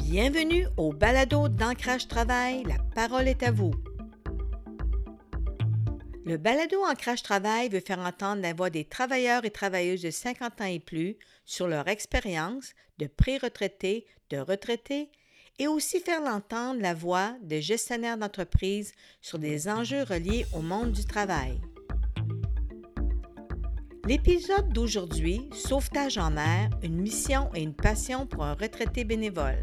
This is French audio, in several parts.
Bienvenue au balado d'Ancrage Travail, la parole est à vous. Le balado Ancrage Travail veut faire entendre la voix des travailleurs et travailleuses de 50 ans et plus sur leur expérience de pré-retraités, de retraités et aussi faire l'entendre la voix de gestionnaires d'entreprises sur des enjeux reliés au monde du travail. L'épisode d'aujourd'hui, Sauvetage en mer, une mission et une passion pour un retraité bénévole.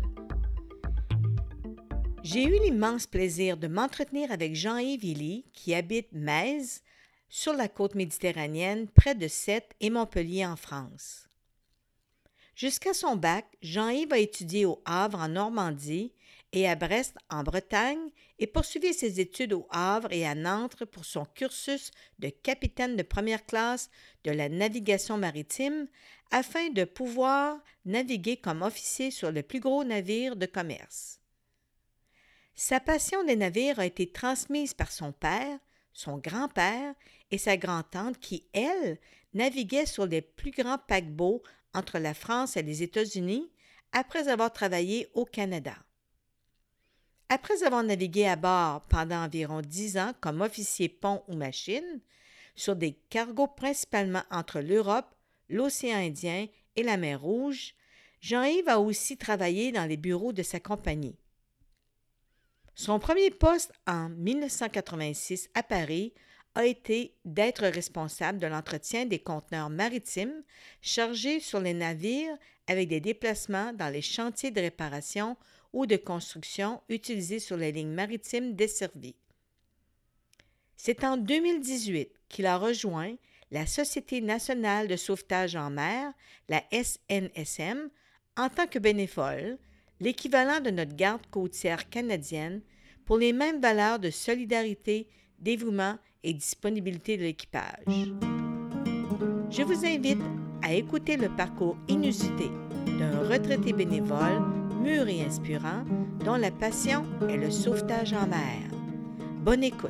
J'ai eu l'immense plaisir de m'entretenir avec Jean-Yves Illy, qui habite Metz, sur la côte méditerranéenne, près de Sète et Montpellier en France. Jusqu'à son bac, Jean-Yves a étudié au Havre en Normandie et à Brest en Bretagne et poursuivi ses études au Havre et à Nantes pour son cursus de capitaine de première classe de la navigation maritime afin de pouvoir naviguer comme officier sur le plus gros navire de commerce. Sa passion des navires a été transmise par son père, son grand-père et sa grand-tante qui, elle, naviguait sur les plus grands paquebots entre la France et les États-Unis après avoir travaillé au Canada. Après avoir navigué à bord pendant environ 10 ans comme officier pont ou machine, sur des cargos principalement entre l'Europe, l'océan Indien et la mer Rouge, Jean-Yves a aussi travaillé dans les bureaux de sa compagnie. Son premier poste en 1986 à Paris a été d'être responsable de l'entretien des conteneurs maritimes chargés sur les navires avec des déplacements dans les chantiers de réparation ou de construction utilisés sur les lignes maritimes desservies. C'est en 2018 qu'il a rejoint la Société nationale de sauvetage en mer, la SNSM, en tant que bénévole, l'équivalent de notre garde côtière canadienne, pour les mêmes valeurs de solidarité, dévouement et disponibilité de l'équipage. Je vous invite à écouter le parcours inusité d'un retraité bénévole mûr et inspirant dont la passion est le sauvetage en mer. Bonne écoute!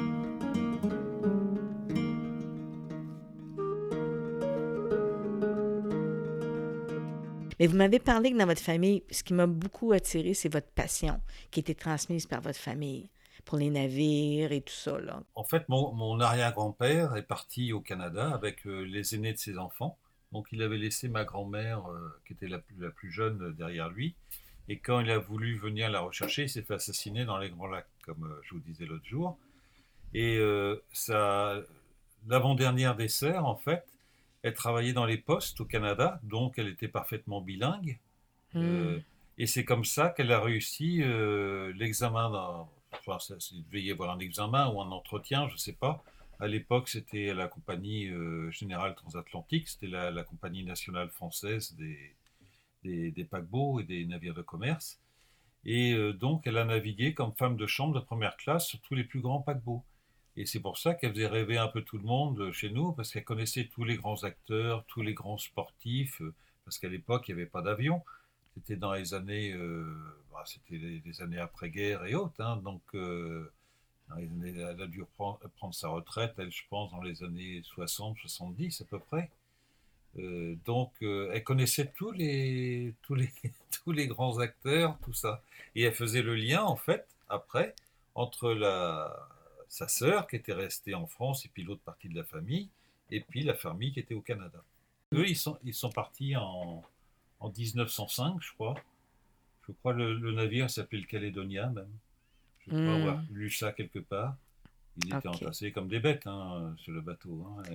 Mais vous m'avez parlé que dans votre famille, ce qui m'a beaucoup attiré, c'est votre passion qui a été transmise par votre famille pour les navires et tout ça, là. En fait, mon arrière-grand-père est parti au Canada avec les aînés de ses enfants. Donc, il avait laissé ma grand-mère, qui était la plus jeune, derrière lui. Et quand il a voulu venir la rechercher, il s'est fait assassiner dans les Grands Lacs, comme je vous disais l'autre jour. Et l'avant-dernière des sœurs, en fait, elle travaillait dans les postes au Canada, donc elle était parfaitement bilingue. Euh, et c'est comme ça qu'elle a réussi l'examen. Enfin, il devait y avoir un examen ou un entretien, je ne sais pas. À l'époque, c'était la compagnie générale transatlantique, c'était la compagnie nationale française des paquebots et des navires de commerce. Et donc, elle a navigué comme femme de chambre de première classe sur tous les plus grands paquebots. Et c'est pour ça qu'elle faisait rêver un peu tout le monde chez nous, parce qu'elle connaissait tous les grands acteurs, tous les grands sportifs, parce qu'à l'époque, il n'y avait pas d'avion. C'était dans les années, c'était les années après-guerre et autres, hein, donc elle a dû prendre sa retraite, elle, je pense, dans les années 60, 70 à peu près. Donc, elle connaissait tous les grands acteurs, tout ça. Et elle faisait le lien, en fait, après, entre sa sœur, qui était restée en France, et puis l'autre partie de la famille, et puis la famille qui était au Canada. Eux, ils sont partis en 1905, je crois. Je crois le navire s'appelait le Caledonia, même. Je crois avoir lu ça quelque part. Ils étaient entassés comme des bêtes sur le bateau. Hein.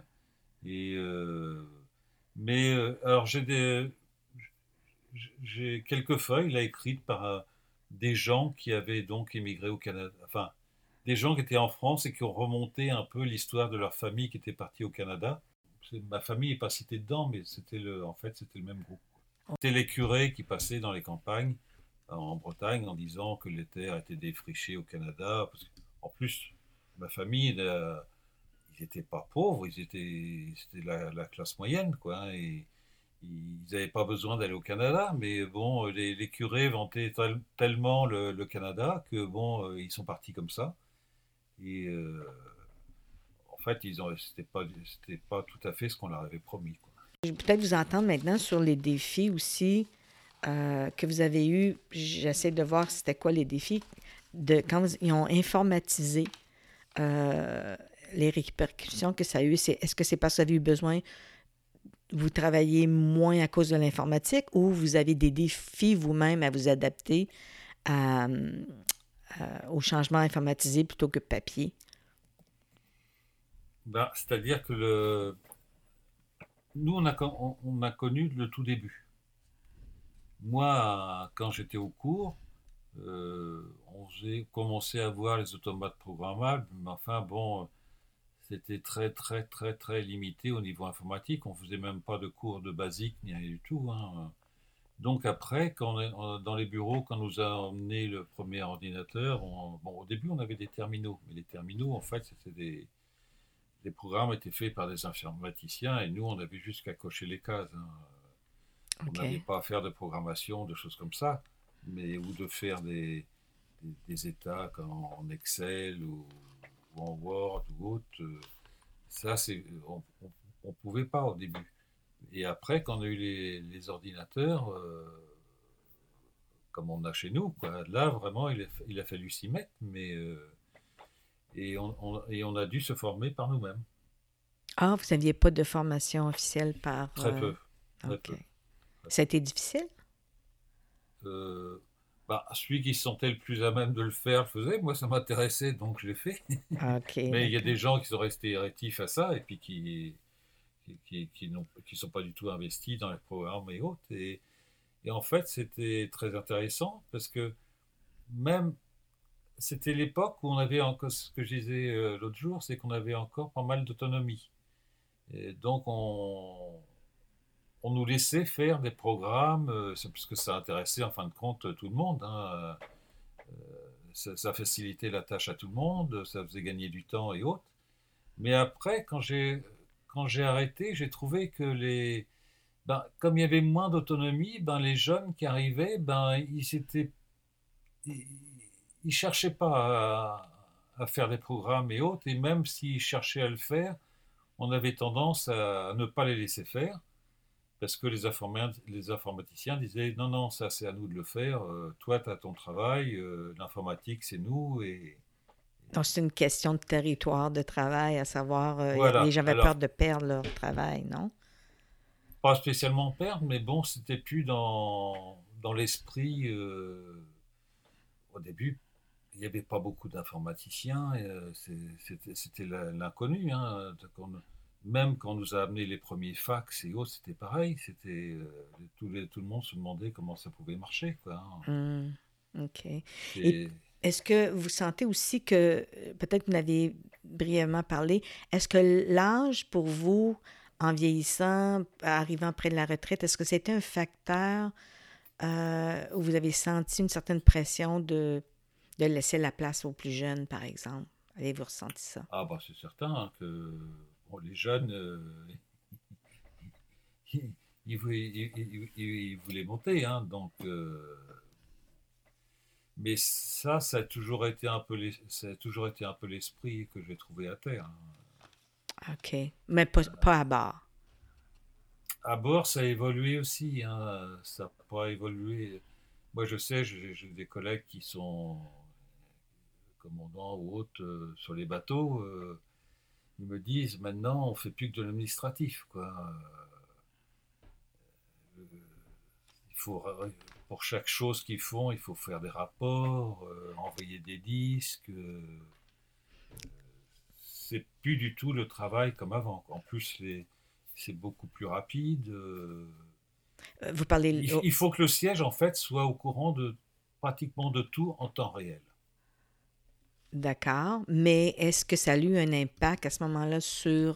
Mais alors j'ai quelques feuilles là écrites par des gens qui avaient donc émigré au Canada. Enfin, des gens qui étaient en France et qui ont remonté un peu l'histoire de leur famille qui était partie au Canada. Ma famille n'est pas citée dedans, mais en fait, c'était le même groupe. C'était les curés qui passaient dans les campagnes en Bretagne en disant que les terres étaient défrichées au Canada. En plus, ma famille, ils n'étaient pas pauvres, c'était la classe moyenne, quoi. Hein, et ils n'avaient pas besoin d'aller au Canada, mais bon, les curés vantaient tellement le Canada que bon, ils sont partis comme ça. Et en fait, c'était pas tout à fait ce qu'on leur avait promis, quoi. Je vais peut-être vous entendre maintenant sur les défis aussi que vous avez eus, j'essaie de voir c'était quoi les défis, quand ils ont informatisé euh, les répercussions que ça a eu. Est-ce que c'est parce que vous avez eu besoin, vous travaillez moins à cause de l'informatique ou vous avez des défis vous-même à vous adapter à, au changement informatisé plutôt que papier? Ben, c'est-à-dire que nous, on a connu le tout début. Moi, quand j'étais au cours, on faisait commençait à voir les automates programmables, mais enfin bon, c'était très très très très limité au niveau informatique. On faisait même pas de cours de basique ni rien du tout, hein. Donc après, dans les bureaux, quand on nous a emmené le premier ordinateur, bon, au début on avait des terminaux, mais les terminaux en fait c'était des programmes étaient faits par des informaticiens et nous on avait juste qu'à cocher les cases, hein. On n'avait OK. pas à faire de programmation, de choses comme ça, mais ou de faire des états comme en Excel ou en Word ou autre. Ça, on pouvait pas au début. Et après, quand on a eu les ordinateurs, comme on a chez nous, quoi, là, vraiment, il a fallu s'y mettre, mais, et on a dû se former par nous-mêmes. Ah, vous n'aviez pas de formation officielle par... Très peu, très OK. peu, très Ça a peu. été difficile? Euh, Bah, celui qui se sentait le plus à même de le faire le faisait. Moi, ça m'intéressait, donc je l'ai fait. OK, Mais il y a d'accord. des gens qui sont restés rétifs à ça et puis qui sont pas du tout investis dans les programmes et autres. Et en fait, c'était très intéressant parce que même c'était l'époque où on avait encore, ce que je disais l'autre jour, c'est qu'on avait encore pas mal d'autonomie. Et donc on nous laissait faire des programmes, parce que ça intéressait en fin de compte tout le monde, hein. Ça facilitait la tâche à tout le monde, ça faisait gagner du temps et autres. Mais après, quand j'ai arrêté, j'ai trouvé que comme il y avait moins d'autonomie, ben, les jeunes qui arrivaient, ben, ils, ils cherchaient pas à faire des programmes et autres, et même s'ils cherchaient à le faire, on avait tendance à ne pas les laisser faire, parce que les informaticiens disaient non, non, ça c'est à nous de le faire, toi tu as ton travail, l'informatique c'est nous, et Donc, c'est une question de territoire de travail, à savoir, les voilà. gens avaient peur Alors, de perdre leur travail, non? pas spécialement perdre, mais bon, c'était plus dans l'esprit. Au début, il n'y avait pas beaucoup d'informaticiens, c'était l'inconnu, hein. Même quand on nous a amené les premiers fax et autres, c'était pareil. Tout le monde se demandait comment ça pouvait marcher, quoi, hein. Hmm, OK. Et C'est est-ce que vous sentez aussi que, peut-être vous n'avez brièvement parlé, est-ce que l'âge pour vous, en vieillissant, arrivant près de la retraite, est-ce que c'était un facteur où vous avez senti une certaine pression de laisser la place aux plus jeunes, par exemple? Avez-vous ressenti ça? ah bah c'est certain, hein, que bon, les jeunes, ils, ils voulaient monter, hein, donc. Mais ça a toujours été un peu ça a toujours été un peu l'esprit que j'ai trouvé à terre, hein. OK. Mais pas à bord. À bord, ça a évolué aussi, hein. Ça n'a pas évolué. Moi, je sais, j'ai des collègues qui sont commandants ou autres sur les bateaux. Ils me disent maintenant, on fait plus que de l'administratif, quoi. Euh, il faut, pour chaque chose qu'ils font, il faut faire des rapports, envoyer des disques. C'est plus du tout le travail comme avant. En plus, c'est beaucoup plus rapide. Vous parlez... oh, Il faut que le siège, en fait, soit au courant de pratiquement de tout en temps réel. d'accord. Mais est-ce que ça a eu un impact à ce moment-là sur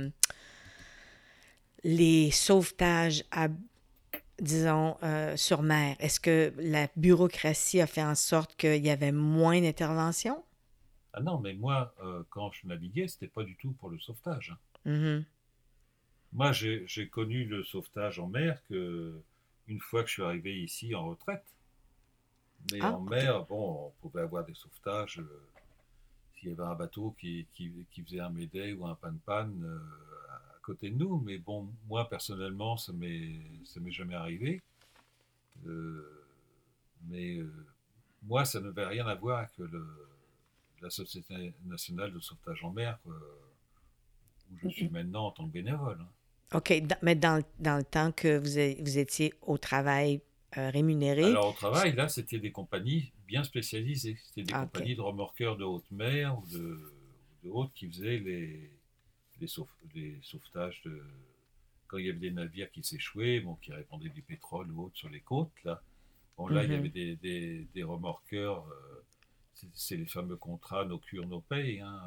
les sauvetages disons, sur mer? Est-ce que la bureaucratie a fait en sorte qu'il y avait moins d'intervention? Ah non, mais moi, quand je naviguais, c'était pas du tout pour le sauvetage, hein. Mhm. Moi, j'ai connu le sauvetage en mer une fois que je suis arrivé ici en retraite. Mais Ah, en OK. mer, bon, on pouvait avoir des sauvetages. S'il y avait un bateau qui faisait un méday ou un pan-pan à côté de nous. Mais bon, moi, personnellement, ça m'est jamais arrivé. Euh, mais moi, ça n'avait rien à voir avec la Société nationale de sauvetage en mer, où je suis maintenant en tant que bénévole, hein. OK, mais dans le temps que vous étiez au travail rémunéré, Alors au travail, là, c'était des compagnies bien spécialisées. C'était des ah, OK. compagnies de remorqueurs de haute mer ou de haute qui faisaient les sauvetages quand il y avait des navires qui s'échouaient, bon, qui répandaient du pétrole ou autre sur les côtes, là. Bon, là, il y avait Mhm. des remorqueurs, c'est les fameux contrats nos cures, nos payes, hein.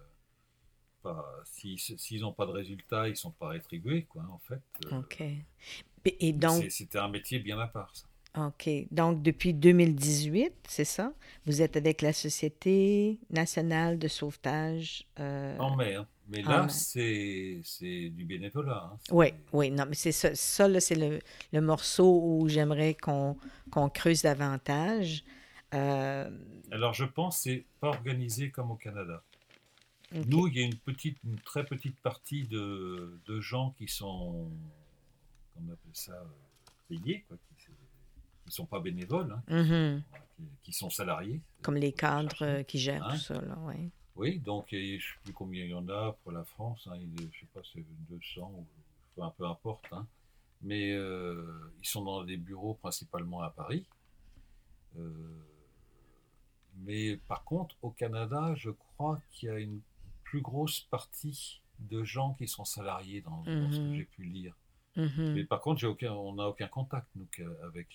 S'ils n'ont pas de résultat, ils ne sont pas rétribués, quoi, en fait. OK. Et donc, C'était un métier bien à part, ça. OK. Donc, depuis 2018, c'est ça? Vous êtes avec la Société nationale de sauvetage En mer. Mais en là, mer. c'est du bénévolat, hein. Oui, oui, non, mais c'est ça, ça là, c'est le morceau où j'aimerais qu'on creuse davantage. Euh, Alors, je pense que c'est pas organisé comme au Canada. OK. Nous, il y a une très petite partie de gens qui sont, comment on appelle ça, payés, quoi, qui ne sont pas bénévoles, hein, Mhm. qui sont salariés, Comme les faut bien cadres chercher, qui gèrent tout hein. ça, là, oui. Oui, donc je ne sais plus combien il y en a pour la France, hein, je ne sais pas, c'est 200 ou enfin, peu importe, hein. Mais ils sont dans des bureaux principalement à Paris. Euh, mais par contre, au Canada, je crois qu'il y a une plus grosse partie de gens qui sont salariés dans ce que Mhm. j'ai pu lire. Mais Mhm. par contre, on n'a aucun contact, nous, avec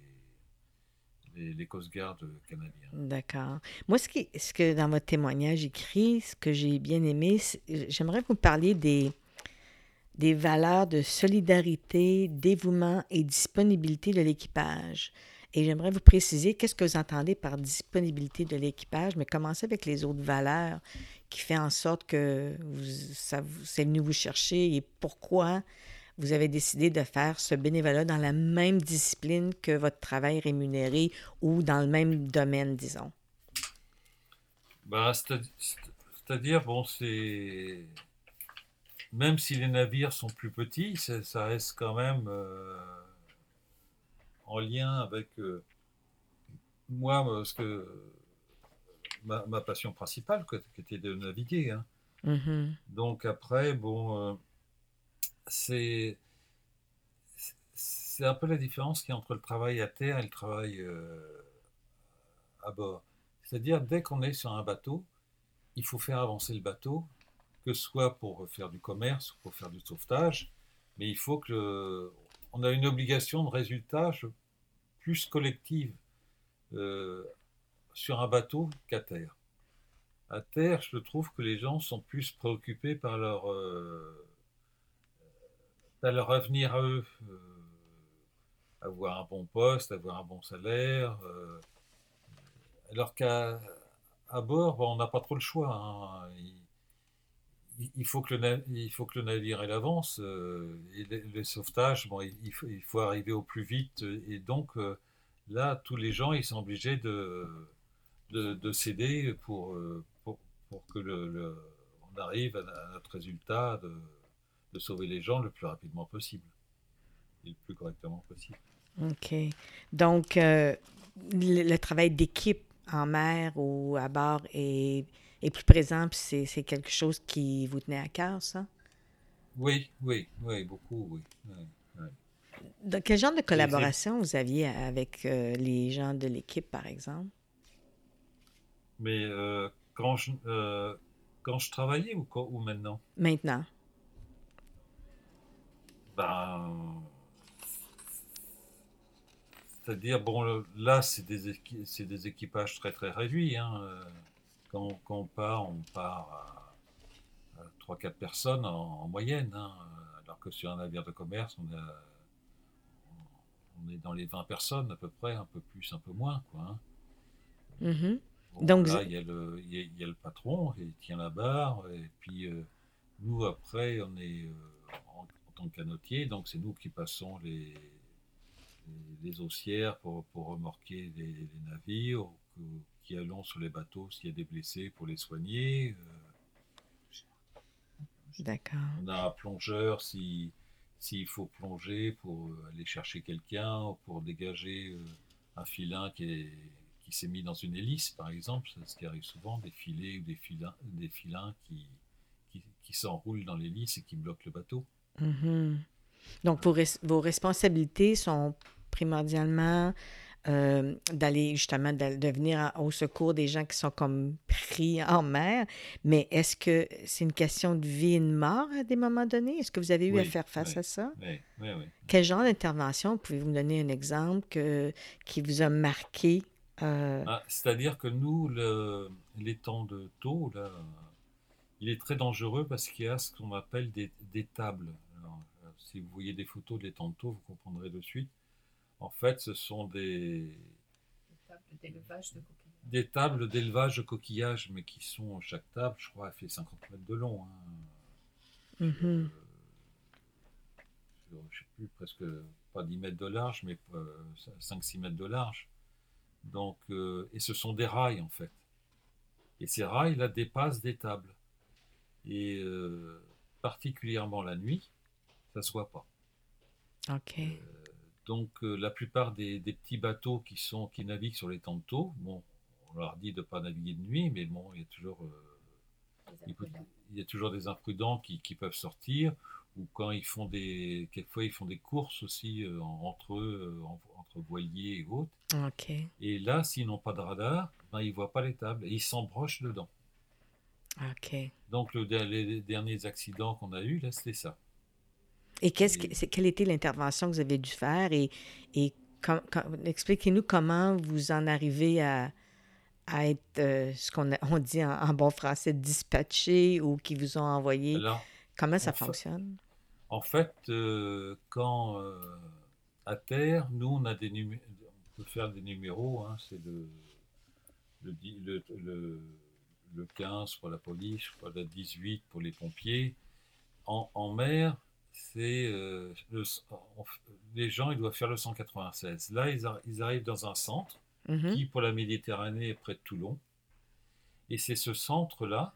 les Coast Guard canadiens. D'accord. Moi, ce que dans votre témoignage écrit, ce que j'ai bien aimé, j'aimerais que vous parliez des valeurs de solidarité, dévouement et disponibilité de l'équipage. Et j'aimerais vous préciser qu'est-ce que vous entendez par disponibilité de l'équipage, mais commencez avec les autres valeurs qui fait en sorte que c'est venu vous chercher et pourquoi vous avez décidé de faire ce bénévolat dans la même discipline que votre travail rémunéré ou dans le même domaine, disons. Bah, c'est-à-dire, bon, c'est même si les navires sont plus petits, ça reste quand même en lien avec moi, ce que ma passion principale, qui était de naviguer, hein. Mhm. Donc après, bon, c'est c'est un peu la différence qu'il y a entre le travail à terre et le travail à bord. C'est-à-dire, dès qu'on est sur un bateau, il faut faire avancer le bateau, que ce soit pour faire du commerce ou pour faire du sauvetage, mais il faut on a une obligation de résultat plus collective euh, sur un bateau qu'à terre. À terre, je trouve que les gens sont plus préoccupés par leur avenir à eux. Avoir un bon poste, avoir un bon salaire. Alors qu'à bord, bon, on n'a pas trop le choix, hein. Il faut que il faut que le navire il avance. Et les sauvetages, bon, il faut arriver au plus vite. Et donc, là, tous les gens, ils sont obligés de céder pour que on arrive à notre résultat de sauver les gens le plus rapidement possible et le plus correctement possible. OK. Donc, le travail d'équipe en mer ou à bord est plus présent, puis c'est quelque chose qui vous tenait à cœur, ça? Oui, oui, oui, beaucoup, oui. Ouais, ouais. Dans quel genre de C'est collaboration vous aviez avec les gens de l'équipe, par exemple? Mais quand je travaillais ou maintenant, Maintenant. ben, c'est-à-dire, bon, là, c'est des équipages très très réduits, hein. Quand on part à 3-4 personnes en moyenne, hein. Alors que sur un navire de commerce, on est dans les 20 personnes à peu près, un peu plus, un peu moins, quoi, hein. Mhm. Bon, Donc, là, il y a le patron qui tient la barre, et puis nous, après, on est en tant que canotier, donc c'est nous qui passons les haussières pour remorquer les navires, qui allons sur les bateaux s'il y a des blessés pour les soigner. d'accord. On a un plongeur s'il faut plonger pour aller chercher quelqu'un ou pour dégager un filin qui s'est mis dans une hélice, par exemple. C'est ce qui arrive souvent, des filets ou des filins qui s'enroulent dans l'hélice et qui bloquent le bateau. Mhm. Donc, vos responsabilités sont primordialement d'aller justement de venir au secours des gens qui sont comme pris en mer. Mais est-ce que c'est une question de vie et de mort à des moments donnés? Est-ce que vous avez eu à Oui, faire face oui, à ça? oui, oui, oui. Quel genre d'intervention? Pouvez-vous me donner un exemple qui vous a marqué? Ah, c'est-à-dire que nous, l'étang de taux, là, il est très dangereux parce qu'il y a ce qu'on appelle des tables. Alors, si vous voyez des photos de l'étang de taux, vous comprendrez de suite. En fait, ce sont des tables d'élevage de coquillages, mais qui sont, chaque table, je crois, elle fait 50 mètres de long, hein. Sur, Mhm. je sais plus, presque pas 10 mètres de large, mais 5-6 mètres de large. Donc, et ce sont des rails, en fait. Et ces rails, là, dépassent des tables. Et particulièrement la nuit, ça se voit pas. OK. Donc, la plupart des petits bateaux qui naviguent sur les temps de taux, bon, on leur dit de ne pas naviguer de nuit, mais bon, il y a toujours des imprudents qui peuvent sortir, ou quand quelquefois ils font des courses aussi entre eux, entre voiliers et autres. OK. Et là, s'ils n'ont pas de radar, ben, ils ne voient pas les tables et ils s'embrochent dedans. OK. Donc, les derniers accidents qu'on a eus, là, c'était ça. Et Et quelle était l'intervention que vous avez dû faire et expliquez-nous comment vous en arrivez à être ce on dit en bon français dispatché ou qui vous ont envoyé. alors, Comment ça en fait, fonctionne? quand à terre, nous, on peut faire des numéros, hein, c'est le, dix- le 15 pour la police, je crois, le 18 pour les pompiers. En mer, c'est les gens, ils doivent faire le 196. Là, ils arrivent dans un centre Mhm. qui, pour la Méditerranée, est près de Toulon. Et c'est ce centre-là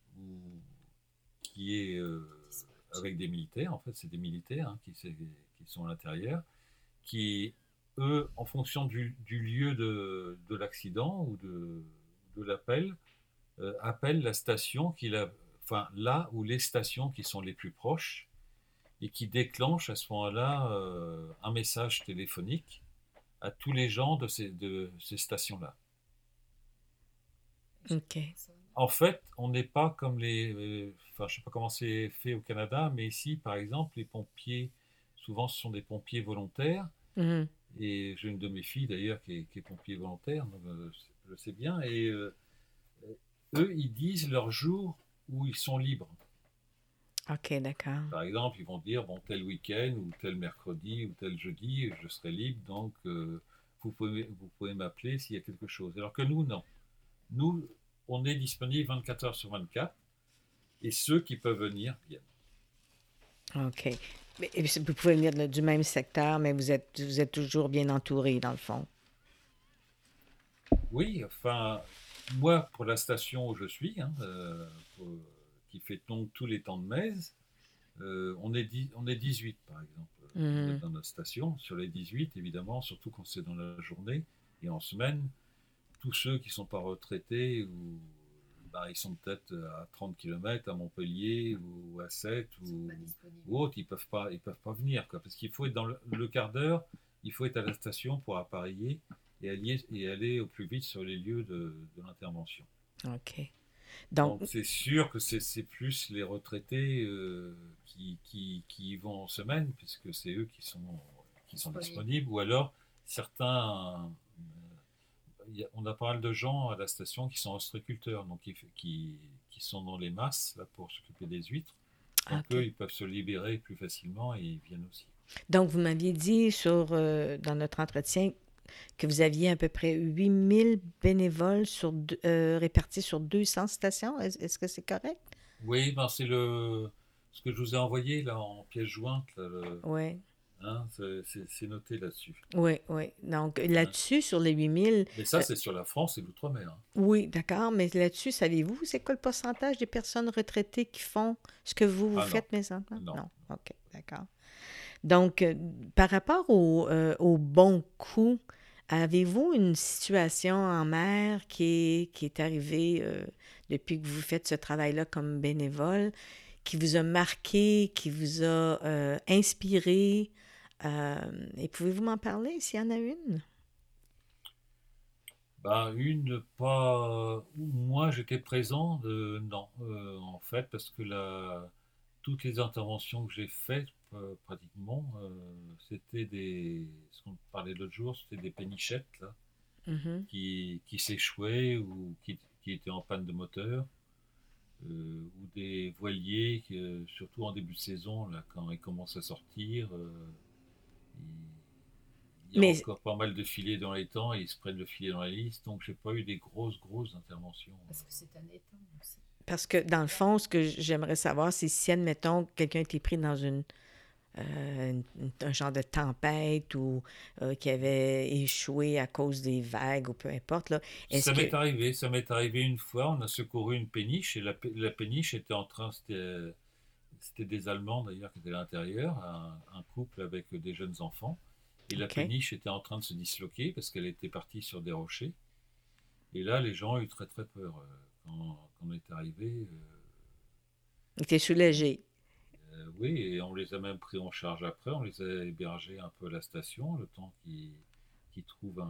qui est avec des militaires, en fait, c'est des militaires hein, qui sont à l'intérieur, qui, eux, en fonction du lieu de l'accident ou de l'appel, appellent la station enfin, là où les stations qui sont les plus proches et qui déclenchent à ce moment-là un message téléphonique à tous les gens de ces stations-là. OK. En fait, on n'est pas comme enfin, je ne sais pas comment c'est fait au Canada, mais ici, par exemple, les pompiers, souvent, ce sont des pompiers volontaires. Mhm. Et j'ai une de mes filles, d'ailleurs, qui est pompier volontaire, donc je sais bien. Et eux, ils disent leur jour où ils sont libres. OK, d'accord. Par exemple, ils vont dire, bon, tel week-end, ou tel mercredi, ou tel jeudi, je serai libre, donc vous pouvez m'appeler s'il y a quelque chose. Alors que nous, non. Nous, on est disponible 24 heures sur 24, et ceux qui peuvent venir viennent. OK. Et vous pouvez venir du même secteur, mais vous êtes toujours bien entouré, dans le fond. Oui, enfin, moi, pour la station où je suis, hein, qui fait donc tous les temps de Metz, on est 18, par exemple, Mhm. dans notre station. Sur les 18, évidemment, surtout quand c'est dans la journée et en semaine, tous ceux qui ne sont pas retraités, bah, ils sont peut-être à 30 km à Montpellier ou à 7 ou autre, ils peuvent pas venir. Quoi, parce qu'il faut être dans le quart d'heure, il faut être à la station pour appareiller et aller au plus vite sur les lieux de l'intervention. OK. Donc, Donc c'est sûr que c'est plus les retraités qui y vont en semaine, puisque c'est eux qui sont disponibles, ou alors certains, on a pas mal de gens à la station qui sont ostréiculteurs, donc qui sont dans les masses là, pour s'occuper des huîtres. Donc eux, OK. ils peuvent se libérer plus facilement et ils viennent aussi. Donc, vous m'aviez dit dans notre entretien que vous aviez à peu près 8000 bénévoles répartis sur 200 stations. Est-ce que c'est correct? Oui, ben ce que je vous ai envoyé là en pièce jointe, là, Oui, hein, c'est noté là-dessus. oui, oui. Donc, Hein. là-dessus, sur les 8000, Mais ça, c'est sur la France et l'outre-mer. Hein. oui, d'accord, mais là-dessus, savez-vous, c'est quoi le pourcentage des personnes retraitées qui font ce que vous Ah non, faites présentement? non. Non. OK, D'accord. Donc, par rapport au bon coup, avez-vous une situation en mer qui est arrivée depuis que vous faites ce travail-là comme bénévole, qui vous a marqué, qui vous a inspiré? Et pouvez-vous m'en parler s'il y en a une? Bah, une pas où moi j'étais présent, non, en fait, parce que toutes les interventions que j'ai faites, pratiquement, c'était ce qu'on parlait l'autre jour, c'était des pénichettes, là, Mhm. qui s'échouaient ou qui étaient en panne de moteur, ou des voiliers, surtout en début de saison, là, quand ils commencent à sortir, il y a Mais encore pas mal de filets dans les temps et ils se prennent le filet dans la liste, donc j'ai pas eu des grosses interventions. parce que dans le fond, ce que j'aimerais savoir, c'est si, admettons, quelqu'un était pris dans un genre de tempête ou qui avait échoué à cause des vagues ou peu importe, là, est-ce que... Ça m'est arrivé une fois, on a secouru une péniche et la péniche était en train, c'était des Allemands d'ailleurs qui étaient à l'intérieur, un couple avec des jeunes enfants, et la OK. péniche était en train de se disloquer parce qu'elle était partie sur des rochers. Et là, les gens ont eu très peur quand on est arrivé. Il était soulagé. Oui, et on les a même pris en charge après. On les a hébergés un peu à la station, le temps qu'ils trouvent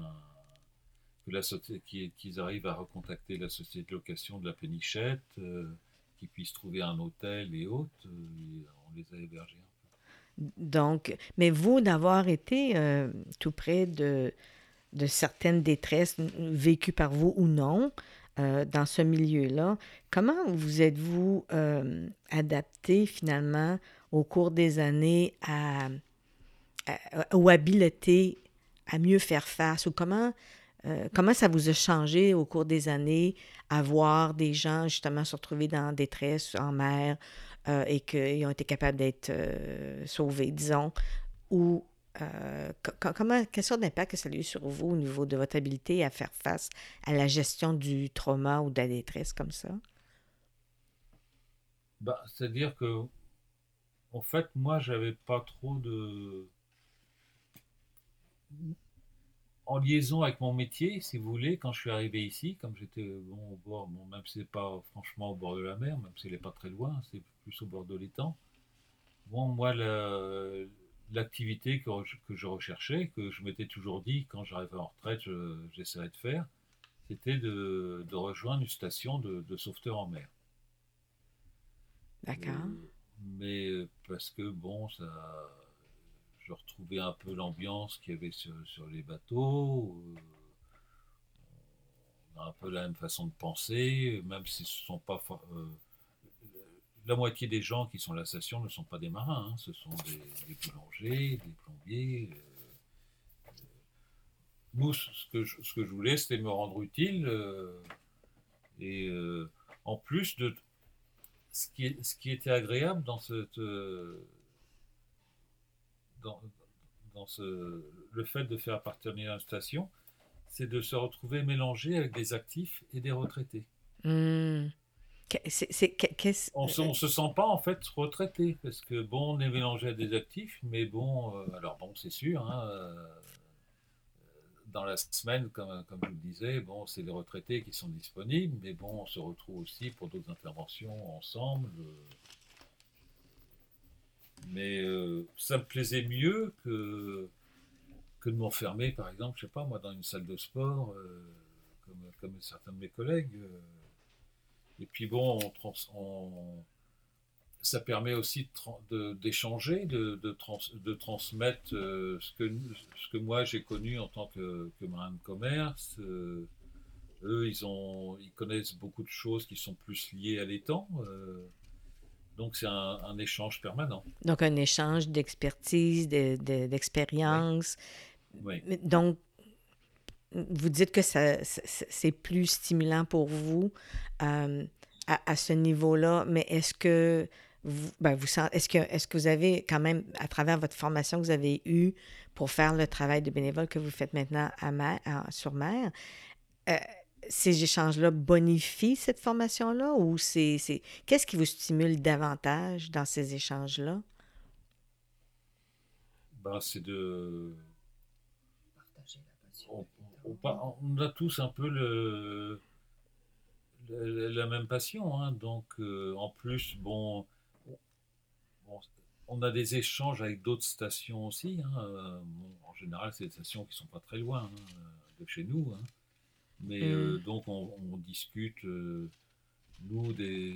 qu'ils arrivent à recontacter la société de location de la Pénichette, qu'ils puissent trouver un hôtel et autres. Et on les a hébergés. Donc, mais vous, d'avoir été tout près de certaines détresses vécues par vous ou non dans ce milieu-là, comment vous êtes-vous adapté finalement au cours des années ou habilité à mieux faire face ou comment ça vous a changé au cours des années à voir des gens justement se retrouver dans détresse en mer et qu'ils ont été capables d'être sauvés, disons, ou quelle sorte d'impact que ça a eu sur vous au niveau de votre habileté à faire face à la gestion du trauma ou de la détresse comme ça? Bah, c'est-à-dire que, en fait, moi, j'avais pas trop en liaison avec mon métier, si vous voulez, quand je suis arrivé ici, comme j'étais bon, au bord, bon, même si c'est pas franchement au bord de la mer, même si elle n'est pas très loin, c'est plus au bord de l'étang. Bon, moi, l'activité que je recherchais, que je m'étais toujours dit quand j'arrivais en retraite, j'essaierais de faire, c'était de rejoindre une station de sauveteur en mer. D'accord. Euh, mais parce que bon, je retrouvais un peu l'ambiance qu'il y avait sur les bateaux. On a un peu la même façon de penser, même si ce sont pas la moitié des gens qui sont à la station ne sont pas des marins, hein. Ce sont des boulangers, des plombiers. Nous, ce que je voulais, c'était me rendre utile. Et en plus de ce qui était agréable dans, le fait de faire appartenir à une station, c'est de se retrouver mélangé avec des actifs et des retraités. Hmm. On se sent pas en fait retraité parce que bon, on est mélangé à des actifs, mais bon, alors bon, c'est sûr, hein, dans la semaine, comme je vous le disais, bon, c'est les retraités qui sont disponibles, mais bon, on se retrouve aussi pour d'autres interventions ensemble. Mais ça me plaisait mieux que de m'enfermer, par exemple, je sais pas moi, dans une salle de sport, comme certains de mes collègues. Et puis bon, ça permet aussi d'échanger, de transmettre ce que moi j'ai connu en tant que marin de commerce. Eux, ils connaissent beaucoup de choses qui sont plus liées à l'étang. Donc c'est un échange permanent. Donc, un échange d'expertise, Oui, d'expérience. oui. Donc, vous dites que c'est plus stimulant pour vous à ce niveau-là, mais est-ce que est-ce que vous avez quand même, à travers votre formation que vous avez eue pour faire le travail de bénévole que vous faites maintenant sur mer, euh, ces échanges-là bonifient cette formation-là ou qu'est-ce qui vous stimule davantage dans ces échanges-là? Ben, c'est de... Partager la passion On, avec les talents. on a tous un peu la même passion, hein. Donc, en plus, bon, bon, on a des échanges avec d'autres stations aussi, hein. Bon, en général, c'est des stations qui sont pas très loin, hein, de chez nous, hein. Mais Hmm. donc, on discute, nous,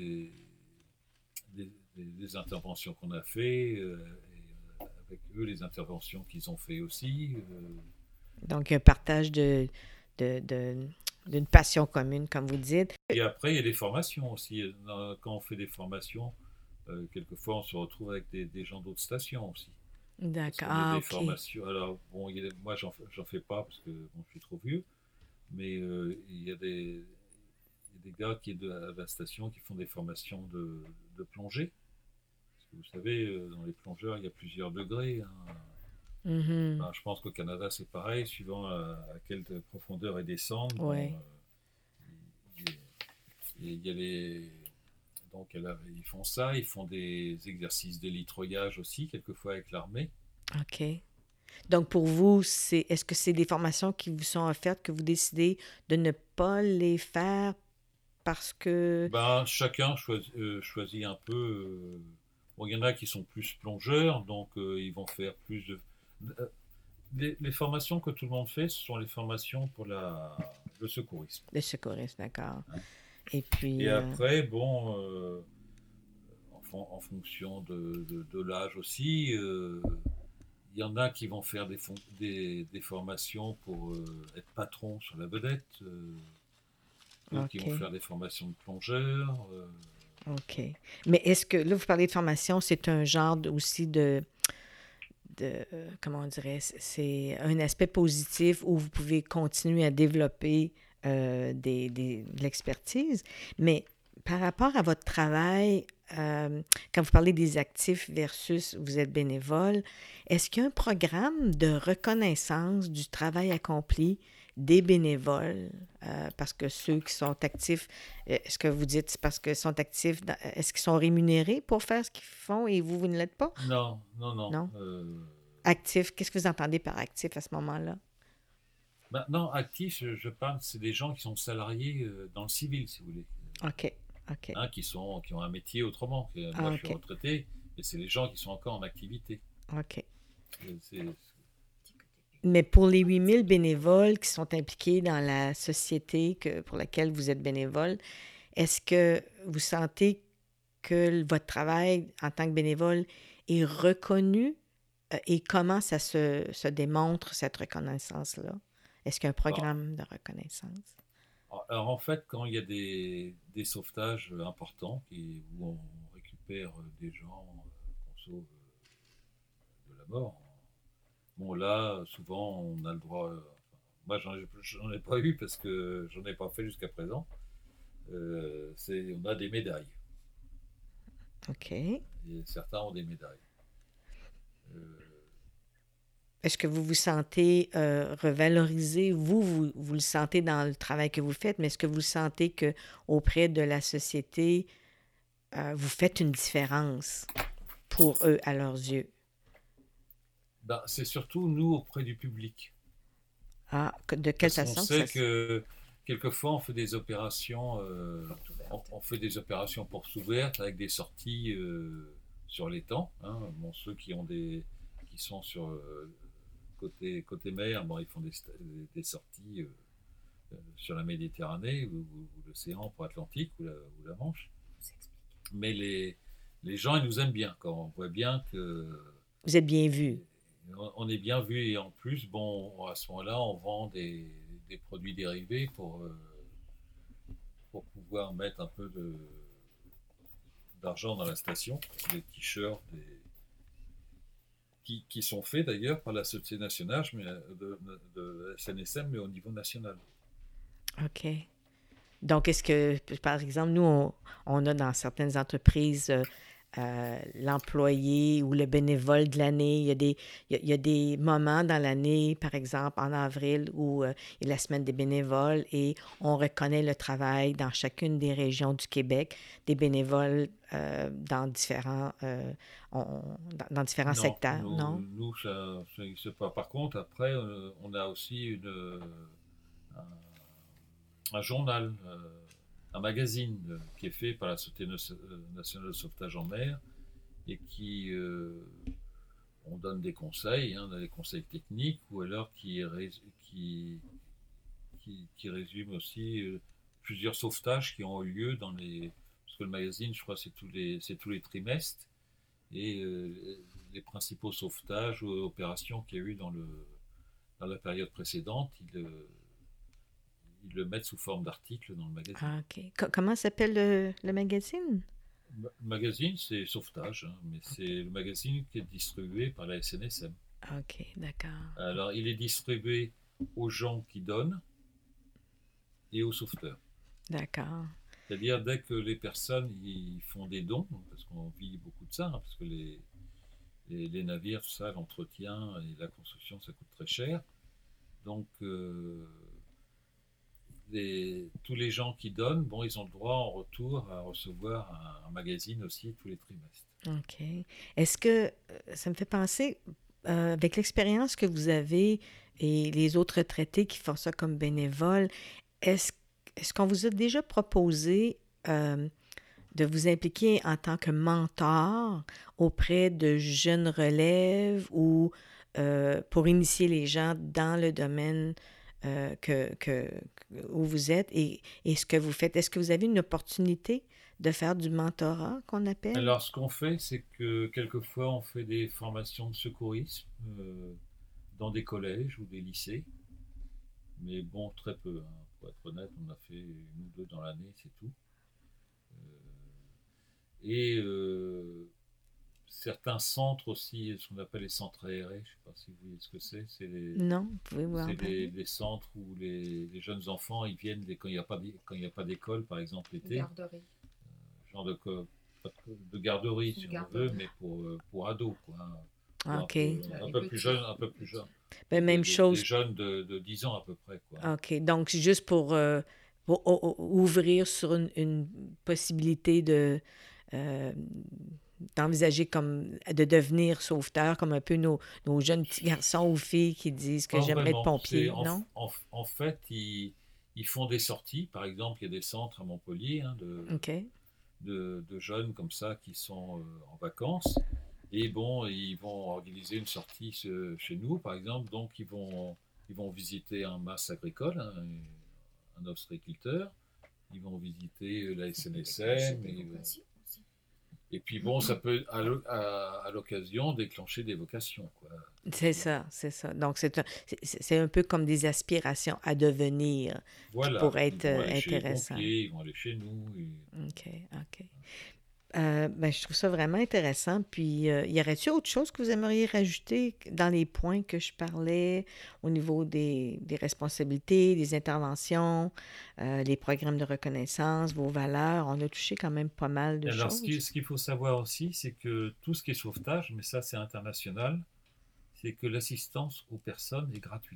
des interventions qu'on a fait, et avec eux, les interventions qu'ils ont fait aussi. Donc, un partage de, de- d'une passion commune, comme vous dites. Et après, il y a des formations aussi. Quand on fait des formations, quelquefois, on se retrouve avec des gens d'autres stations aussi. Parce D'accord. qu'il y a Ah, des OK. formations. Alors, bon, moi, j'en fais pas parce que bon, je suis trop vieux. Mais il y a des gars qui est à la station qui font des formations de plongée. Parce que vous savez, dans les plongeurs, il y a plusieurs degrés, hein. Mhm. Ben, je pense qu'au Canada, c'est pareil, suivant à quelle profondeur ils descendent. Bon, Ouais. il y a les. Donc, ils font ça, ils font des exercices d'élitroyage aussi, quelquefois avec l'armée. OK. Donc, pour vous, est-ce que c'est des formations qui vous sont offertes que vous décidez de ne pas les faire parce que... Ben, chacun choisit un peu. Bon, il y en a qui sont plus plongeurs, donc ils vont faire plus de. euh, les formations que tout le monde fait, ce sont les formations pour le secourisme, Le secouriste, d'accord. hein. Et Et puis, après, bon, en fonction de l'âge aussi, il y en a qui vont faire des formations pour être patron sur la vedette, d'autres qui vont OK, faire des formations de plongeurs. OK. Mais est-ce que, là, vous parlez de formation, c'est un genre aussi comment on dirait, c'est un aspect positif où vous pouvez continuer à développer de l'expertise, mais par rapport à votre travail, quand vous parlez des actifs versus vous êtes bénévole, est-ce qu'il y a un programme de reconnaissance du travail accompli des bénévoles? Parce que ceux qui sont actifs, est-ce que vous dites c'est parce qu'ils sont actifs, est-ce qu'ils sont rémunérés pour faire ce qu'ils font et vous, vous ne l'êtes pas? Non, non, non. Non? Actif, qu'est-ce que vous entendez par actif à ce moment-là? Maintenant, actif, je parle, c'est des gens qui sont salariés dans le civil, si vous voulez. OK, OK, Hein, qui ont un métier autrement. Moi, ah, je suis OK, retraité, et c'est les gens qui sont encore en activité. OK. C'est Mais pour les 8000 bénévoles qui sont impliqués dans la société pour laquelle vous êtes bénévole, est-ce que vous sentez que votre travail en tant que bénévole est reconnu et comment ça se démontre, cette reconnaissance-là? Est-ce qu'il y a un pas. programme de reconnaissance? Alors, en fait, quand il y a des sauvetages importants où on récupère des gens qu'on sauve de la mort, bon là, souvent, on a le droit. Moi, j'en ai pas eu parce que j'en ai pas fait jusqu'à présent. On a des médailles. OK. Et certains ont des médailles. Euh, Est-ce que vous vous sentez revalorisé? Vous le sentez dans le travail que vous faites, mais est-ce que vous sentez que auprès de la société, vous faites une différence pour eux, à leurs yeux? Ben, c'est surtout nous auprès du public. Ah, de quelle Parce qu'on façon que ça sait se... que quelquefois on fait des opérations, Porte ouverte. on fait des opérations portes ouvertes avec des sorties sur l'étang, hein. Bon, ceux qui sont sur côté mer, bon, ils font des sorties sur la Méditerranée ou l'océan pour Atlantique ou la Manche. On s'explique. Mais les gens, ils nous aiment bien quand on voit bien que Vous êtes bien vu. on est bien vu et en plus, bon, à ce moment-là, on vend des produits dérivés pour pouvoir mettre un peu d'argent dans la station, des t-shirts, qui sont faits d'ailleurs par la Société nationale de SNSM, mais au niveau national. OK. Donc, est-ce que, par exemple, nous, on a dans certaines entreprises l'employé ou le bénévole de l'année. Il y a des moments dans l'année, par exemple en avril, où il y a la semaine des bénévoles et on reconnaît le travail dans chacune des régions du Québec, des bénévoles dans dans différents Non, secteurs, non? ça n'existe pas. Par contre, après, on a aussi un journal, un magazine qui est fait par la Société nationale de sauvetage en mer et on donne des conseils, hein, des conseils techniques, ou alors qui résume aussi plusieurs sauvetages qui ont eu lieu parce que le magazine, je crois, c'est tous les trimestres, et les principaux sauvetages ou opérations qu'il y a eu dans la période précédente, ils le mettent sous forme d'articles dans le magazine. Ah, OK. Comment s'appelle le magazine? Le magazine, c'est Sauvetage, hein, mais c'est le magazine qui est distribué par la SNSM. OK, d'accord. Alors, il est distribué aux gens qui donnent et aux sauveteurs. D'accord. C'est-à-dire, dès que les personnes ils font des dons, parce qu'on vit beaucoup de ça, hein, parce que les navires, tout ça, l'entretien et la construction, ça coûte très cher. Donc, tous les gens qui donnent, bon, ils ont le droit en retour à recevoir un magazine aussi tous les trimestres. OK. Est-ce que ça me fait penser, avec l'expérience que vous avez et les autres retraités qui font ça comme bénévoles, est-ce, est-ce qu'on vous a déjà proposé de vous impliquer en tant que mentor auprès de jeunes relèves ou pour initier les gens dans le domaine où vous êtes et ce que vous faites? Est-ce que vous avez une opportunité de faire du mentorat qu'on appelle? Alors, ce qu'on fait, c'est que quelquefois, on fait des formations de secourisme dans des collèges ou des lycées. Mais bon, très peu, hein. Pour être honnête, on a fait une ou deux dans l'année, c'est tout. Et certains centres aussi, ce qu'on appelle les centres aérés, je ne sais pas si vous voyez ce que c'est. Non, vous pouvez vous en C'est parler? des centres où les jeunes enfants, ils viennent quand il n'y a pas d'école, par exemple l'été. Garderie. Genre de garderie, si on veut, mais pour ados, quoi, hein. OK. Un peu plus jeune, un peu plus jeune. Ben, même Des chose. jeunes de 10 ans à peu près, quoi. OK. Donc, c'est juste pour ouvrir sur une possibilité euh, d'envisager comme de devenir sauveteur, comme un peu nos jeunes petits garçons ou filles qui disent que Pas j'aimerais être vraiment. pompier, non? En fait, ils font des sorties. Par exemple, il y a des centres à Montpellier, hein, OK. de jeunes comme ça qui sont en vacances. Et bon, ils vont organiser une sortie chez nous, par exemple. Donc, ils vont visiter un mas agricole, hein, un ostréiculteur. Ils vont visiter la SNSM. Et puis bon, ça peut à l'occasion déclencher des vocations, quoi. C'est ça, c'est ça. Donc, c'est un peu comme des aspirations à devenir qui Voilà, pourraient ils être vont aller chez les intéressantes. pompiers, ils vont aller chez nous. OK, OK. Ben, je trouve ça vraiment intéressant. Puis, y aurait-il autre chose que vous aimeriez rajouter dans les points que je parlais au niveau des responsabilités, des interventions, les programmes de reconnaissance, vos valeurs? On a touché quand même pas mal de Alors, choses. ce qu'il faut savoir aussi, c'est que tout ce qui est sauvetage, mais ça c'est international, c'est que l'assistance aux personnes est gratuite.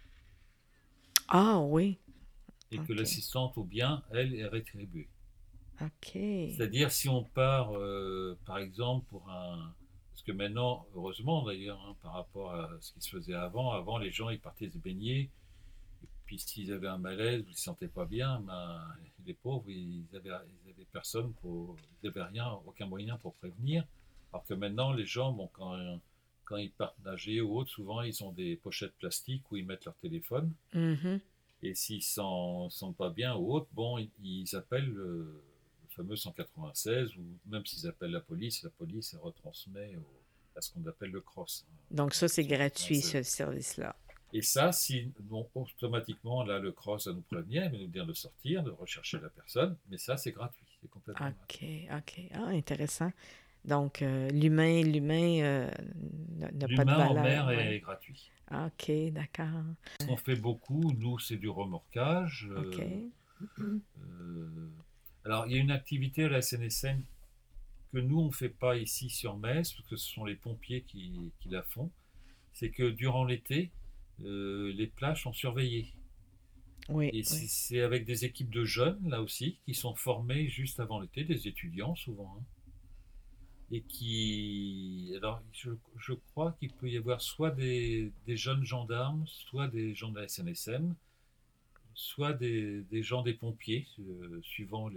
Ah oui, Et que OK, l'assistance aux biens, elle, est rétribuée. OK. C'est-à-dire si on part, par exemple, Parce que maintenant, heureusement d'ailleurs, hein, par rapport à ce qui se faisait avant les gens ils partaient se baigner, et puis s'ils avaient un malaise ou ils ne se sentaient pas bien, ben, les pauvres, ils avaient personne ils n'avaient rien, aucun moyen pour prévenir. Alors que maintenant, les gens, bon, quand ils partent nager ou autre, souvent ils ont des pochettes plastiques où ils mettent leur téléphone. Mhm. Et s'ils ne se sentent pas bien ou autre, bon, ils appellent le fameux 196, ou même s'ils appellent la police elle retransmet à ce qu'on appelle le CROSS, hein, Donc ça, c'est gratuit, 196. ce service-là. Et ça, si, bon, automatiquement, là, le CROSS va nous prévenir, il va nous dire de sortir, de rechercher la personne, mais ça, c'est gratuit, c'est complètement gratuit. OK, OK. Ah, intéressant. Donc, l'humain n'a pas de L'humain en valeur, mer ouais. est gratuit. OK, d'accord. Ce qu'on fait beaucoup, nous, c'est du remorquage. OK. Euh, alors, il y a une activité à la SNSM que nous, on ne fait pas ici sur Metz, parce que ce sont les pompiers qui la font, c'est que durant l'été, les plages sont surveillées. Oui, Et oui. c'est avec des équipes de jeunes, là aussi, qui sont formés juste avant l'été, des étudiants souvent, hein, et qui... Alors, je crois qu'il peut y avoir soit des jeunes gendarmes, soit des gens de la SNSM, soit des gens des pompiers, suivant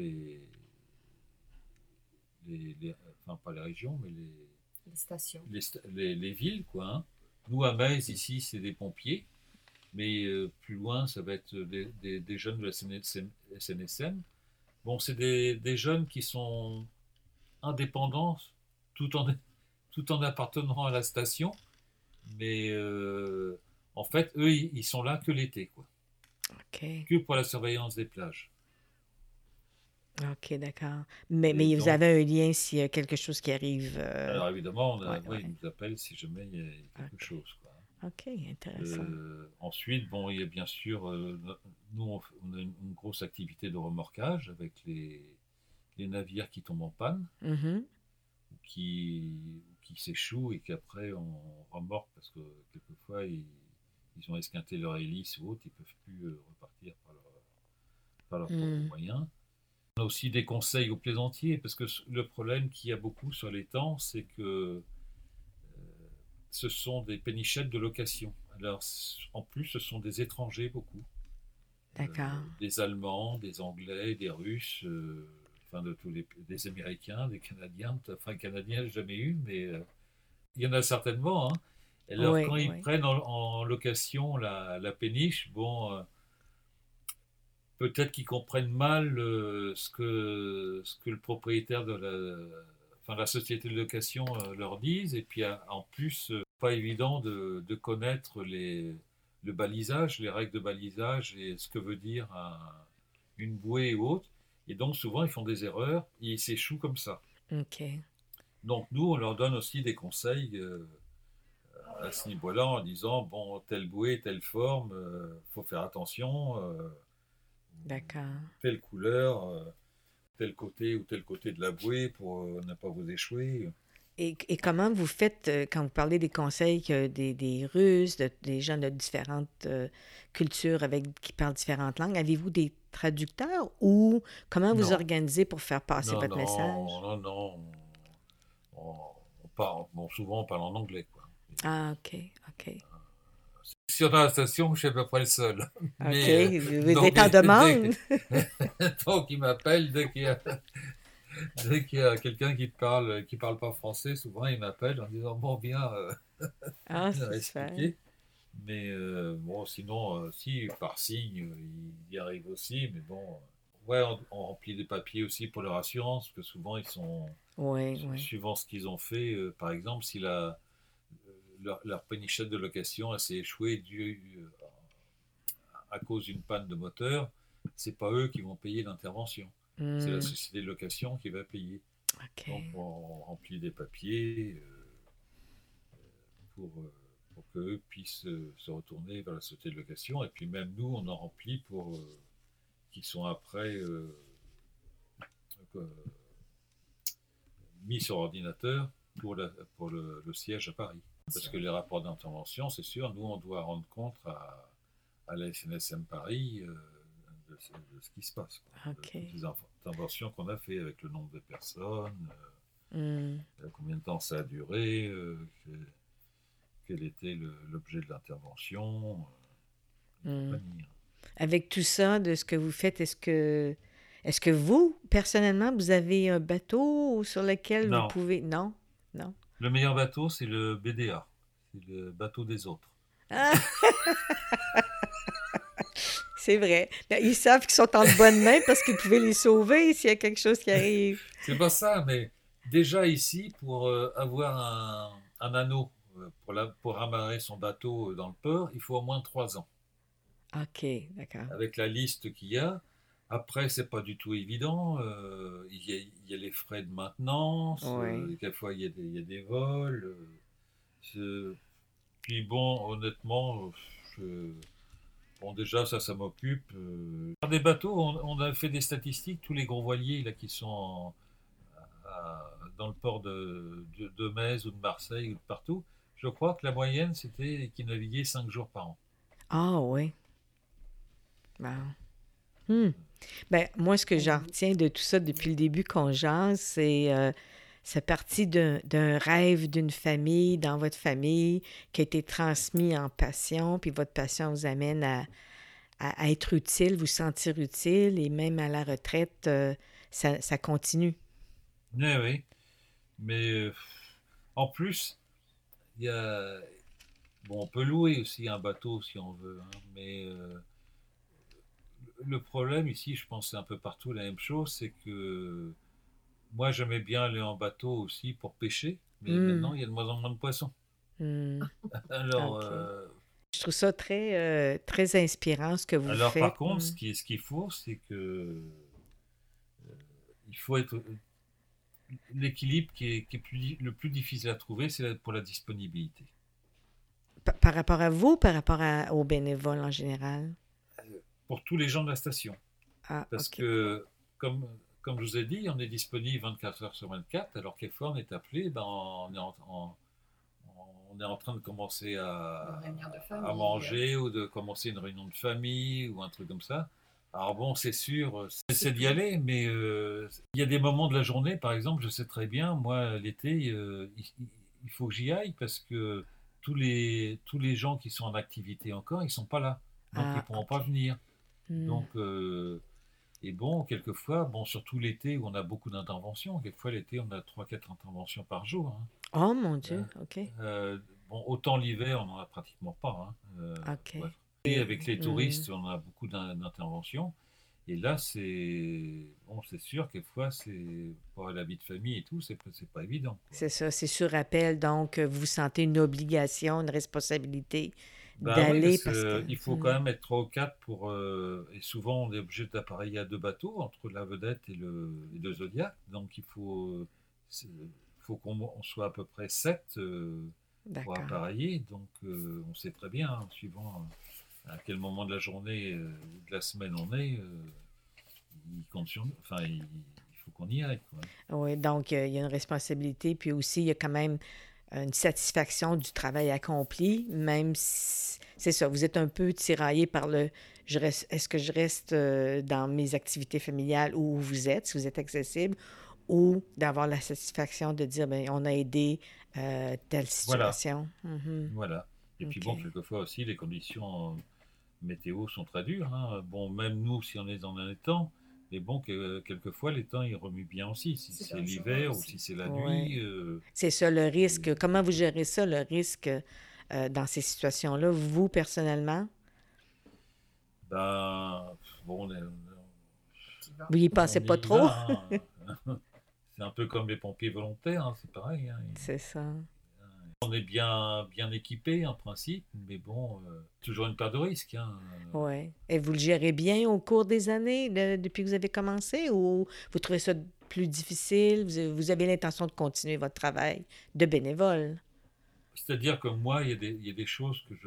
enfin pas les régions, mais Les stations. les villes, quoi. Hein. Nous, à Metz, ici, c'est des pompiers, mais plus loin, ça va être des jeunes de la SNSM. Bon, c'est des jeunes qui sont indépendants tout en, tout en appartenant à la station, mais en fait, eux, ils sont là que l'été, quoi. OK. Que pour la surveillance des plages. OK, d'accord. Et Mais vous donc, avez un lien s'il y a quelque chose qui arrive. alors évidemment, Ouais, ouais, ils ouais. nous appellent si jamais il y a quelque OK. chose, quoi. OK, intéressant. Ensuite, bon, il y a bien sûr, nous, on a une grosse activité de remorquage avec les navires qui tombent en panne, Mhm. qui s'échouent et qu'après on remorque parce que quelquefois ils ont esquinté leur hélice ou autre, ils ne peuvent plus repartir par leurs propres Mm. moyens. On a aussi des conseils aux plaisantiers parce que le problème qu'il y a beaucoup sur l'étang, c'est que ce sont des pénichettes de location. Alors, en plus, ce sont des étrangers beaucoup. D'accord. Des Allemands, des Anglais, des Russes, enfin des Américains, des Canadiens. Enfin, Canadiens, j'ai jamais eu, mais il y en a certainement. Hein. Alors, Oui, quand ils oui. prennent en location la péniche, bon, peut-être qu'ils comprennent mal ce que le propriétaire enfin, la société de location leur dise. Et puis, en plus, pas évident de connaître le balisage, les règles de balisage et ce que veut dire une bouée ou autre. Et donc, souvent, ils font des erreurs et ils s'échouent comme ça. OK. Donc, nous, on leur donne aussi des conseils à ce niveau-là en disant, bon, telle bouée, telle forme, faut faire attention, D'accord. telle couleur, tel côté ou tel côté de la bouée pour ne pas vous échouer. Et comment vous faites quand vous parlez des conseils que des Russes, des gens de différentes cultures qui parlent différentes langues? Avez-vous des traducteurs ou comment vous Non, organisez pour faire passer non, votre non, message? non, non. On, on parle, bon, souvent on parle en anglais, quoi. Ah, OK, OK. Si on a la station, je suis à peu près le seul. OK, Mais vous êtes en demande. donc il m'appelle dès qu'il y a quelqu'un qui parle pas français, souvent il m'appelle en disant bon viens Ah, c'est super. expliquer. Mais bon sinon si par signe il y arrive aussi, mais bon ouais on remplit des papiers aussi pour leur assurance parce que souvent ils sont Oui, oui. suivant ce qu'ils ont fait, par exemple si leur pénichette de location s'est échouée à cause d'une panne de moteur, c'est pas eux qui vont payer l'intervention. C'est la Hmm, société de location qui va payer. Donc OK. on remplit des papiers pour, pour qu'eux puissent se retourner vers la société de location. Et puis même nous, on en remplit pour qu'ils sont après euh, mis sur ordinateur pour le siège à Paris. Parce que les rapports d'intervention, c'est sûr, nous, on doit rendre compte à la SNSM Paris de ce qui se passe, quoi, de toutes OK. les interventions qu'on a fait avec le nombre de personnes, Hmm, combien de temps ça a duré, quel était l'objet de l'intervention, et hmm. compagnie. Avec tout ça, de ce que vous faites, est-ce que vous, personnellement, vous avez un bateau sur lequel vous Non, pouvez... Non? Non? le meilleur bateau, c'est le BDA, c'est le bateau des autres. Ah, c'est vrai. Ben, ils savent qu'ils sont en de bonnes mains parce qu'ils pouvaient les sauver s'il y a quelque chose qui arrive. C'est pas ça, mais déjà ici, pour avoir un anneau pour amarrer son bateau dans le port, il faut au moins 3 ans. OK, d'accord. Avec la liste qu'il y a, après, c'est pas du tout évident. Il y a les frais de maintenance, Oui. quelquefois il y a des vols. Puis bon, honnêtement, je- bon, déjà, ça m'occupe. Des bateaux, on a fait des statistiques, tous les gros voiliers là, qui sont dans dans le port de Metz ou de Marseille ou de partout, je crois que la moyenne, c'était qu'ils naviguaient 5 jours par an. Ah oui. Bon. Hmm. Ben, moi, ce que j'en retiens de tout ça depuis le début qu'on jase, c'est parti d'un rêve d'une famille, dans votre famille, qui a été transmis en passion, puis votre passion vous amène à être utile, vous sentir utile, et même à la retraite, ça continue. Oui, oui. Mais en plus, il y a... Bon, on peut louer aussi un bateau si on veut, hein, mais le problème ici, je pense que c'est un peu partout la même chose, c'est que moi j'aimais bien aller en bateau aussi pour pêcher, mais Hmm. maintenant il y a de moins en moins de poissons. Hmm. Alors, OK. Je trouve ça très inspirant ce que vous alors par faites. contre, ce qu'il faut, c'est que il faut être l'équilibre qui est le plus difficile à trouver, c'est pour la disponibilité. Par rapport à vous, par rapport aux bénévoles en général? Pour tous les gens de la station. Ah, Parce OK. que, comme je vous ai dit, on est disponible 24 heures sur 24, alors quelquefois on est appelé, ben, on est en train de commencer Une réunion de famille. à manger ou de commencer une réunion de famille ou un truc comme ça. Alors bon, c'est sûr, c'est d'y aller, mais il y a des moments de la journée, par exemple, je sais très bien, moi, l'été, il faut que j'y aille parce que tous les gens qui sont en activité encore, ils ne sont pas là. Donc, ils ne Ah, pourront pas OK. venir. Hmm. Donc, et bon, quelquefois, bon, surtout l'été où on a beaucoup d'interventions, quelquefois l'été, on a 3 4 interventions par jour, hein. Oh mon Euh, Dieu, OK. bon, autant l'hiver, on n'en a pratiquement pas, hein. OK. Ouais. Et avec les Hmm. touristes, on a beaucoup d'interventions. Et là, c'est bon, c'est sûr, quelquefois, c'est pour la vie de famille et tout, c'est pas évident, quoi. C'est ça, c'est sur appel, donc vous sentez une obligation, une responsabilité Bah oui, d'aller parce parce que... que il faut quand Hmm. même être 3 ou 4 pour. Et souvent, on est obligé d'appareiller à 2 bateaux, entre la Vedette et le Zodiac. Donc, faut qu'on soit à peu près 7 pour D'accord. appareiller. Donc, on sait très bien, hein, suivant à quel moment de la journée ou de la semaine on est, il compte sur nous. Enfin, il faut qu'on y aille, quoi. Oui, donc il y a une responsabilité, puis aussi il y a quand même une satisfaction du travail accompli, même si c'est ça, vous êtes un peu tiraillé par est-ce que je reste dans mes activités familiales où vous êtes, si vous êtes accessible, ou d'avoir la satisfaction de dire, ben on a aidé telle Voilà, situation. Mhm. voilà. Et puis OK. bon, quelquefois aussi, les conditions météo sont très dures, hein. Bon, même nous, si on est dans un temps, mais bon, quelquefois, les temps, ils remuent bien aussi. Si C'est c'est dangereux l'hiver ou si aussi. c'est la Ouais. nuit. C'est ça, le Et, risque. Comment vous gérez ça, le risque dans ces situations-là, vous personnellement? ben, bon, Qui va. Vous y on pensez pas y trop? va, hein. C'est un peu comme les pompiers volontaires, hein, c'est pareil, hein. C'est ça. On est bien équipé en principe, mais bon, toujours une part de risque, hein. Oui. Et vous le gérez bien au cours des années, depuis que vous avez commencé, ou vous trouvez ça plus difficile? Vous avez l'intention de continuer votre travail de bénévole? C'est-à-dire que moi, il y a des choses que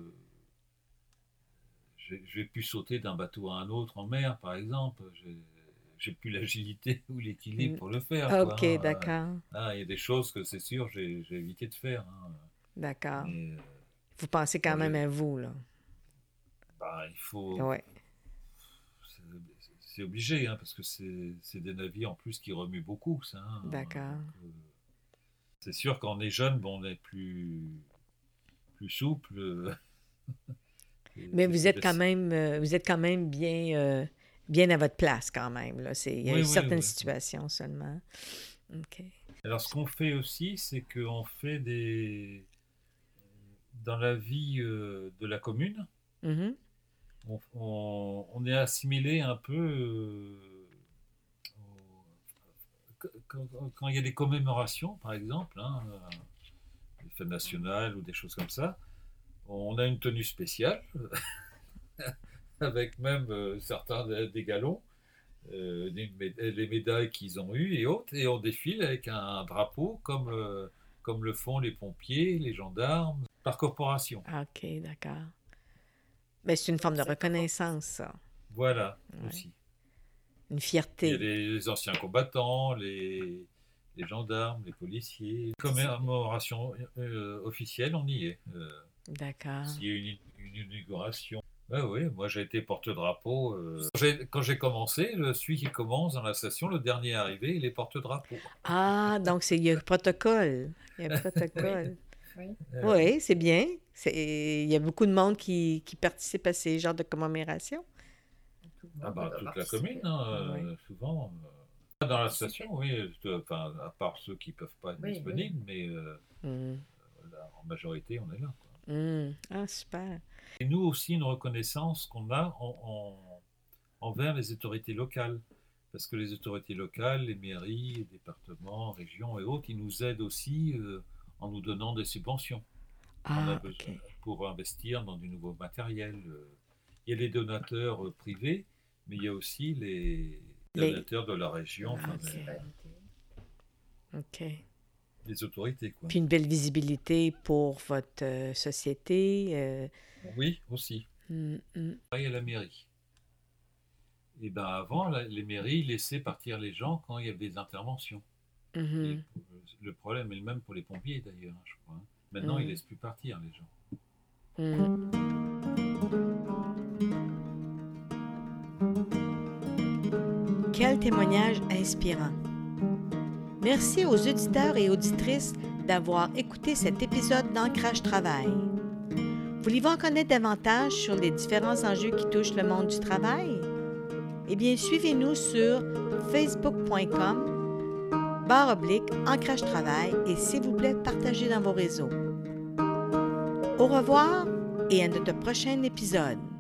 j'ai pu sauter d'un bateau à un autre en mer, par exemple. J'ai plus l'agilité ou l'équilibre Mm. pour le faire, quoi, OK, hein. d'accord. Il y a des choses que c'est sûr, j'ai évité de faire, hein. D'accord. Mais Vous pensez quand bon, même à vous, là. bah, il faut, Oui, c'est c'est obligé, hein, parce que c'est des navires en plus qui remuent beaucoup, ça, hein. d'accord. Donc, c'est sûr quand on est jeune, bon, on est plus souple, Mais c'est plus facile. vous êtes quand même bien à votre place quand même, là. Il y a Oui, oui, certaines oui, oui. situations seulement. OK. Alors, ce qu'on fait aussi, c'est qu'on fait dans la vie de la commune, Mhm. on est assimilé un peu quand il y a des commémorations, par exemple, hein, des fêtes nationales ou des choses comme ça, on a une tenue spéciale, avec même certains des galons, les médailles qu'ils ont eues et autres, et on défile avec un drapeau comme le font les pompiers, les gendarmes, par corporation. OK, d'accord. Mais c'est une forme de C'est pas reconnaissance, ça. Voilà, Ouais. aussi. Une Il y a fierté. les anciens combattants, les gendarmes, les policiers. Commémoration officielle, on y est. D'accord. S'il y a une inauguration. Oui, moi j'ai été porte-drapeau. Quand j'ai commencé, celui qui commence dans la station, le dernier arrivé, il est porte-drapeau. Ah, donc il y a un protocole. Il y a un protocole. Oui. Oui, c'est bien. Il y a beaucoup de monde qui participe à ces genres de commémorations. Tout le Ah monde bah, doit toute la participer. commune, hein, Oui. souvent. Dans la station, oui, enfin, à part ceux qui ne peuvent pas être Oui, disponibles, mais Mm. en majorité, on est là, quoi. Mm. Ah, super. Et nous aussi, une reconnaissance qu'on a envers les autorités locales. Parce que les autorités locales, les mairies, les départements, régions et autres, ils nous aident aussi en nous donnant des subventions. On a Ah, besoin OK. pour investir dans du nouveau matériel. Il y a les donateurs privés, mais il y a aussi les Les... donateurs de la région, La enfin, OK. municipalité. OK. les autorités, quoi. Puis une belle visibilité pour votre société. Oui, aussi. Mm. Pareil à la mairie. Et ben avant, les mairies laissaient partir les gens quand il y avait des interventions. Mhm. Et le problème est le même pour les pompiers d'ailleurs, je crois. Maintenant, ils ne laissent plus partir les gens. Mm. Quel témoignage inspirant. Merci aux auditeurs et auditrices d'avoir écouté cet épisode d'Ancrage Travail. Voulez-vous en connaître davantage sur les différents enjeux qui touchent le monde du travail? Eh bien, suivez-nous sur facebook.com/Ancrage Travail et s'il vous plaît, partagez dans vos réseaux. Au revoir et à notre prochain épisode.